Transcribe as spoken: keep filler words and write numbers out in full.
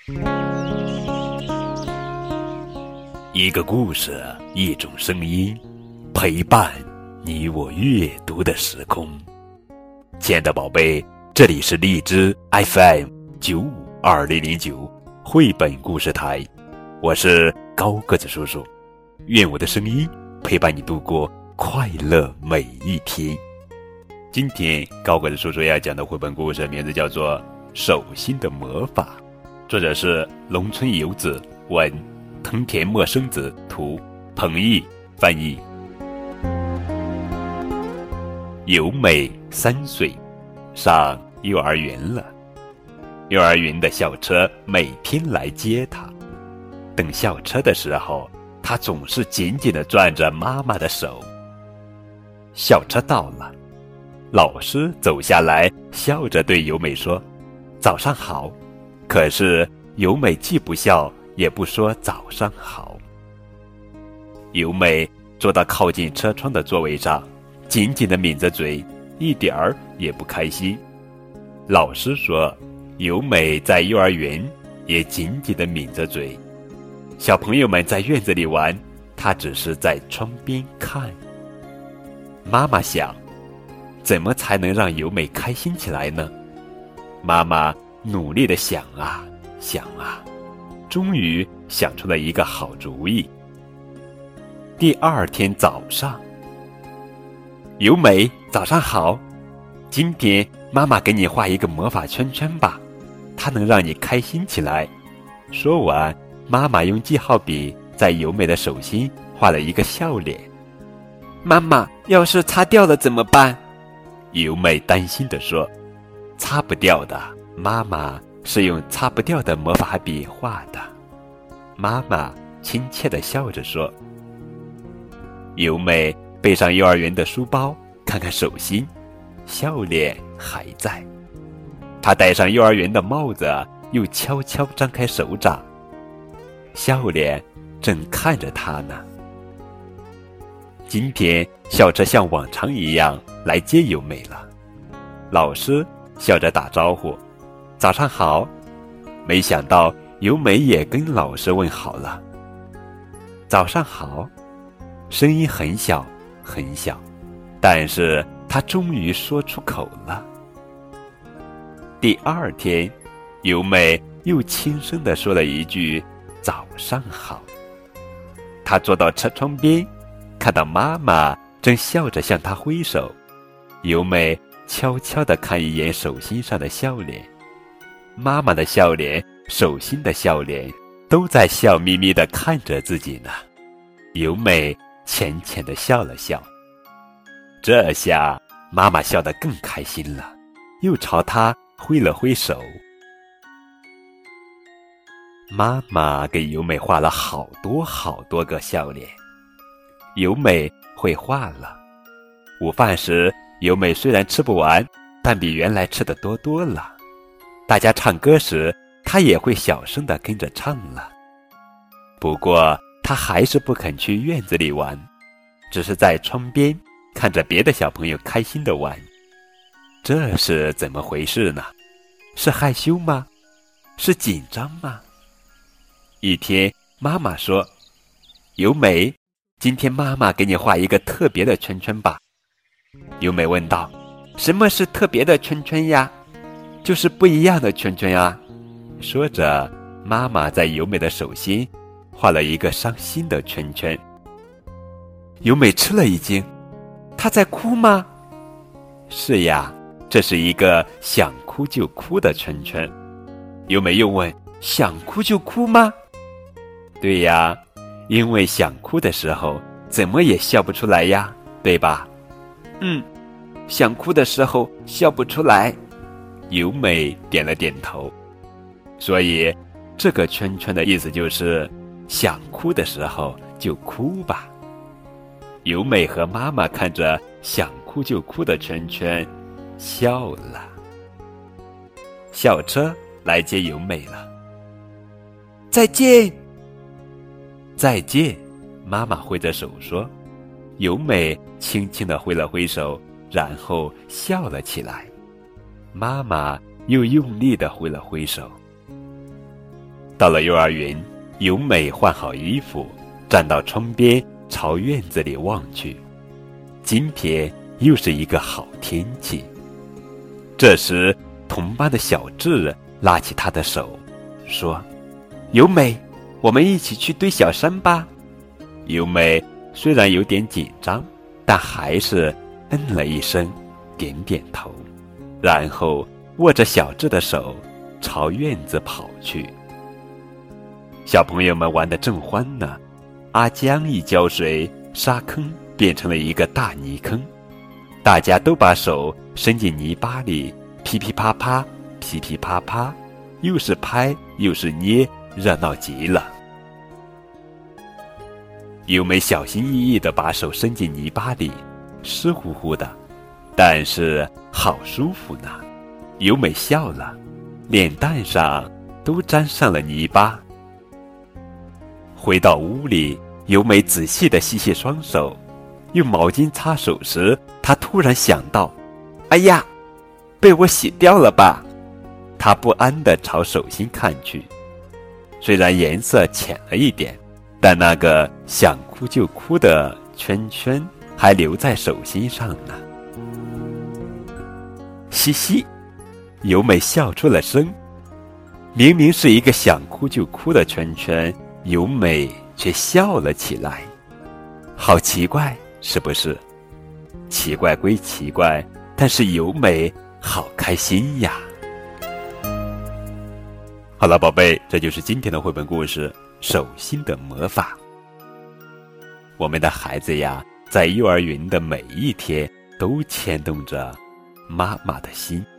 一个故事，一种声音，陪伴你我阅读的时空。亲爱的宝贝，这里是荔枝 F M 九五二零零九绘本故事台，我是高个子叔叔，愿我的声音陪伴你度过快乐每一天。今天高个子叔叔要讲的绘本故事名字叫做《手心的魔法》，作者是农村游子，文藤田陌生子，图彭毅翻译。由美三岁，上幼儿园了。幼儿园的校车每天来接她，等校车的时候，她总是紧紧地攥着妈妈的手。校车到了，老师走下来，笑着对由美说：“早上好。”可是由美既不笑也不说早上好。由美坐到靠近车窗的座位上，紧紧地抿着嘴，一点儿也不开心。老师说，由美在幼儿园也紧紧地抿着嘴。小朋友们在院子里玩，她只是在窗边看。妈妈想，怎么才能让由美开心起来呢？妈妈努力地想啊想啊，终于想出了一个好主意。第二天早上，由美，早上好。今天妈妈给你画一个魔法圈圈吧，它能让你开心起来。说完，妈妈用记号笔在由美的手心画了一个笑脸。妈妈，要是擦掉了怎么办？由美担心地说。擦不掉的，妈妈是用擦不掉的魔法笔画的。妈妈亲切地笑着说。由美背上幼儿园的书包，看看手心，笑脸还在。她戴上幼儿园的帽子，又悄悄张开手掌，笑脸正看着她呢。今天校车像往常一样来接由美了。老师笑着打招呼：“早上好。”没想到由美也跟老师问好了：“早上好。”声音很小很小，但是她终于说出口了。第二天，由美又轻声地说了一句：“早上好。”她坐到车窗边，看到妈妈正笑着向她挥手。由美悄悄地看一眼手心上的笑脸，妈妈的笑脸，手心的笑脸，都在笑眯眯地看着自己呢。由美浅浅地笑了笑，这下妈妈笑得更开心了，又朝她挥了挥手。妈妈给由美画了好多好多个笑脸。由美会画了。午饭时，由美虽然吃不完，但比原来吃的多多了。大家唱歌时，她也会小声地跟着唱了。不过她还是不肯去院子里玩，只是在窗边看着别的小朋友开心地玩。这是怎么回事呢？是害羞吗？是紧张吗？一天，妈妈说：“由美，今天妈妈给你画一个特别的圈圈吧。”由美问道：“什么是特别的圈圈呀？”“就是不一样的圈圈啊。”说着，妈妈在由美的手心画了一个伤心的圈圈。由美吃了一惊，她在哭吗？是呀，这是一个想哭就哭的圈圈。由美又问：“想哭就哭吗？”对呀，因为想哭的时候怎么也笑不出来呀，对吧？嗯，想哭的时候笑不出来。由美点了点头。所以这个圈圈的意思就是想哭的时候就哭吧。由美和妈妈看着想哭就哭的圈圈笑了。校车来接由美了。再见。再见，妈妈挥着手说。由美轻轻地挥了挥手，然后笑了起来。妈妈又用力地挥了挥手。 到了幼儿园，由美换好衣服，站到窗边，朝院子里望去。今天又是一个好天气。这时，同班的小智拉起他的手，说：“由美，我们一起去堆小山吧。”由美虽然有点紧张，但还是嗯了一声，点点头，然后握着小智的手朝院子跑去。小朋友们玩得正欢呢，阿江一浇水，沙坑变成了一个大泥坑，大家都把手伸进泥巴里，噼噼啪啪，噼噼啪啪，又是拍又是捏，热闹极了。由美小心翼翼地把手伸进泥巴里，湿乎乎的，但是好舒服呢。由美笑了，脸蛋上都沾上了泥巴。回到屋里，由美仔细地洗洗双手，用毛巾擦手时，她突然想到，哎呀，被我洗掉了吧。她不安地朝手心看去，虽然颜色浅了一点，但那个想哭就哭的圈圈还留在手心上呢。嘻嘻，由美笑出了声。明明是一个想哭就哭的圈圈，由美却笑了起来。好奇怪，是不是？奇怪归奇怪，但是由美好开心呀。好了，宝贝，这就是今天的绘本故事《手心的魔法》。我们的孩子呀，在幼儿园的每一天都牵动着妈妈的心。